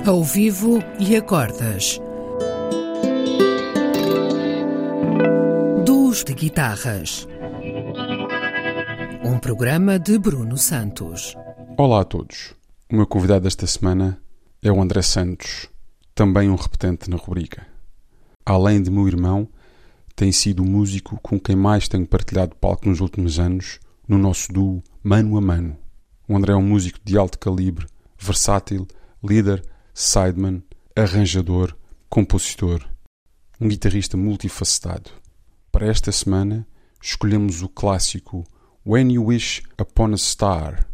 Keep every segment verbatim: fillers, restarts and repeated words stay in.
Ao vivo e a cordas. Duos de guitarras. Um programa de Bruno Santos. Olá a todos. O meu convidado desta semana é o André Santos, também um repetente na rubrica. Além de meu irmão, tem sido o músico com quem mais tenho partilhado palco nos últimos anos, no nosso duo Mano a Mano. O André é um músico de alto calibre, versátil, líder, sideman, arranjador, compositor, um guitarrista multifacetado. Para esta semana, escolhemos o clássico When You Wish Upon a Star.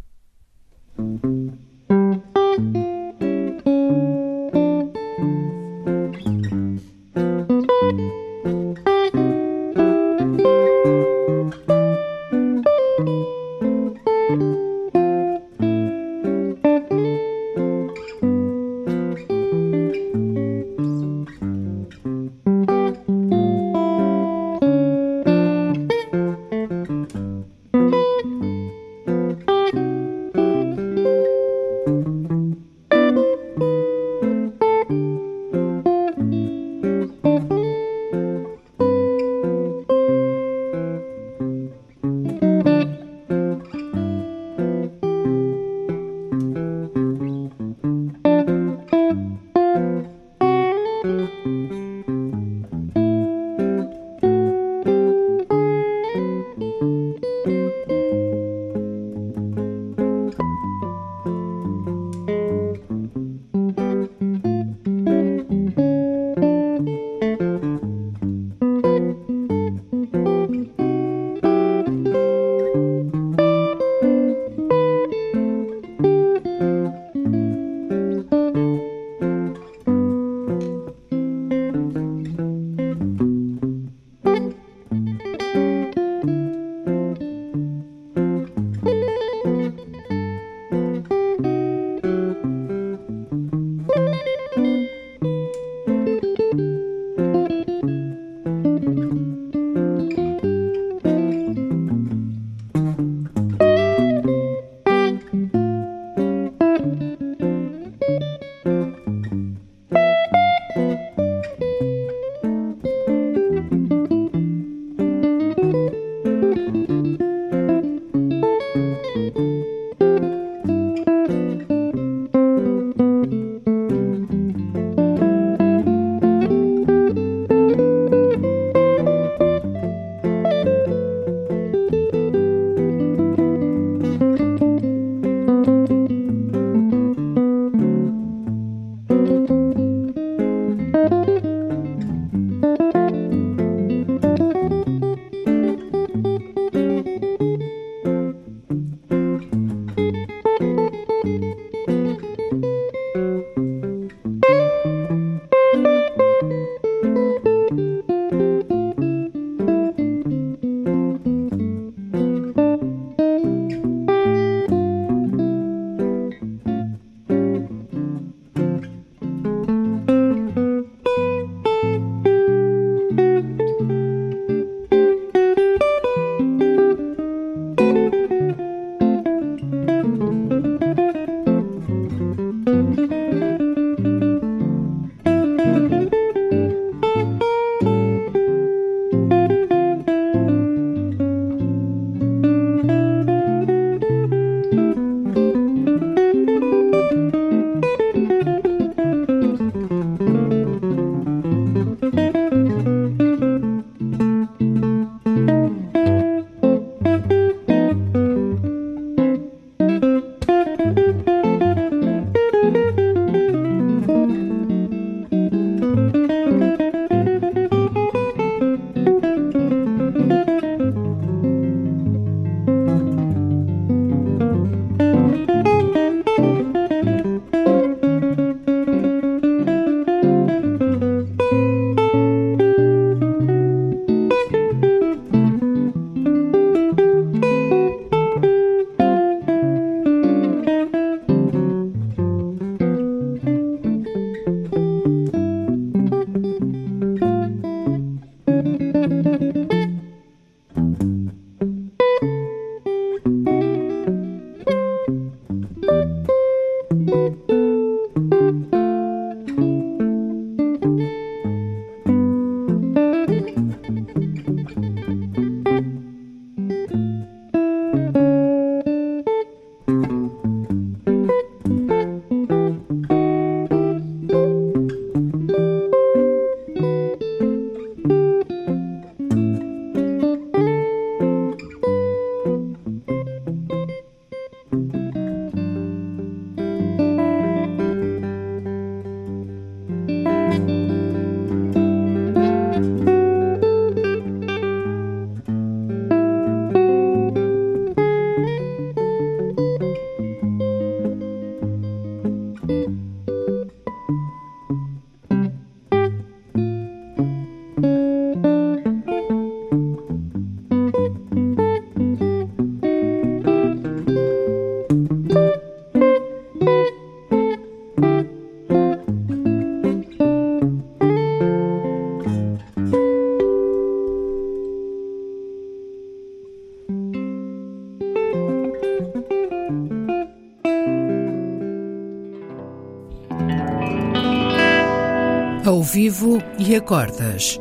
Ao vivo e a cordas.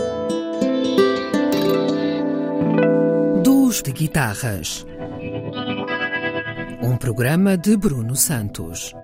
Duos de guitarras. Um programa de Bruno Santos.